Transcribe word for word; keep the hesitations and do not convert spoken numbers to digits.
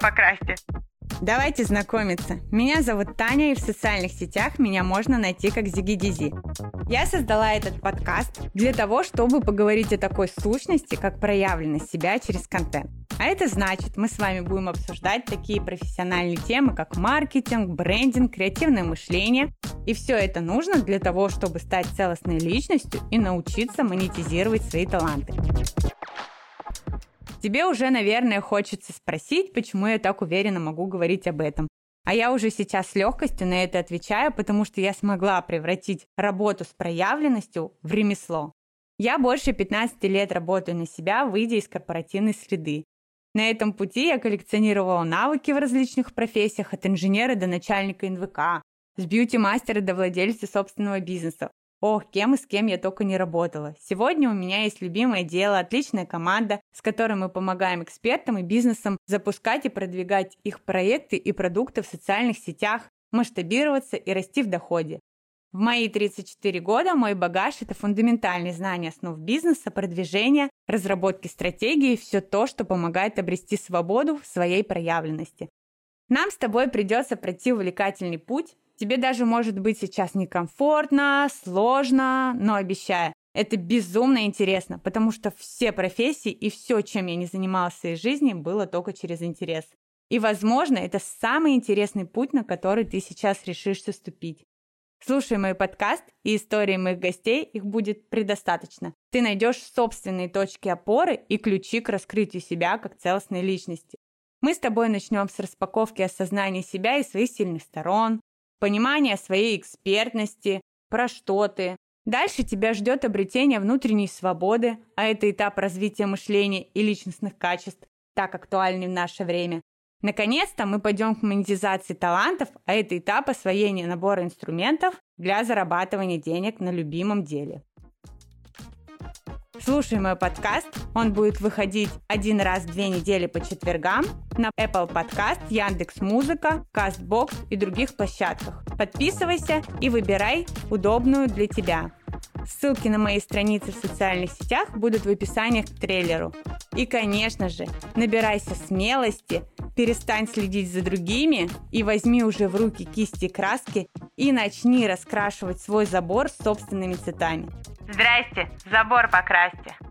покрасьте. Давайте знакомиться. Меня зовут Таня, и в социальных сетях меня можно найти как Зигидизи. Я создала этот подкаст для того, чтобы поговорить о такой сущности, как проявленность себя через контент. А это значит, мы с вами будем обсуждать такие профессиональные темы, как маркетинг, брендинг, креативное мышление. И все это нужно для того, чтобы стать целостной личностью и научиться монетизировать свои таланты. Тебе уже, наверное, хочется спросить, почему я так уверенно могу говорить об этом. А я уже сейчас с легкостью на это отвечаю, потому что я смогла превратить работу с проявленностью в ремесло. Я больше пятнадцати лет работаю на себя, выйдя из корпоративной среды. На этом пути я коллекционировала навыки в различных профессиях, от инженера до начальника эн вэ ка, с бьюти-мастера до владельца собственного бизнеса. Ох, кем и с кем я только не работала. Сегодня у меня есть любимое дело, отличная команда, с которой мы помогаем экспертам и бизнесам запускать и продвигать их проекты и продукты в социальных сетях, масштабироваться и расти в доходе. В мои тридцать четыре года мой багаж – это фундаментальные знания основ бизнеса, продвижения, разработки стратегии и все то, что помогает обрести свободу в своей проявленности. Нам с тобой придется пройти увлекательный путь. Тебе даже может быть сейчас некомфортно, сложно, но обещаю, это безумно интересно, потому что все профессии и все, чем я не занималась в своей жизни, было только через интерес. И, возможно, это самый интересный путь, на который ты сейчас решишься ступить. Слушай мой подкаст и истории моих гостей, их будет предостаточно. Ты найдешь собственные точки опоры и ключи к раскрытию себя как целостной личности. Мы с тобой начнем с распаковки осознания себя и своих сильных сторон, понимание своей экспертности, про что ты. Дальше тебя ждет обретение внутренней свободы, а это этап развития мышления и личностных качеств, так актуальный в наше время. Наконец-то мы пойдем к монетизации талантов, а это этап освоения набора инструментов для зарабатывания денег на любимом деле. Слушай мой подкаст, он будет выходить один раз в две недели по четвергам на Apple Podcast, Яндекс.Музыка, Castbox и других площадках. Подписывайся и выбирай удобную для тебя. Ссылки на мои страницы в социальных сетях будут в описании к трейлеру. И, конечно же, набирайся смелости, перестань следить за другими и возьми уже в руки кисти и краски и начни раскрашивать свой забор собственными цветами. Здрасте, забор покрасьте.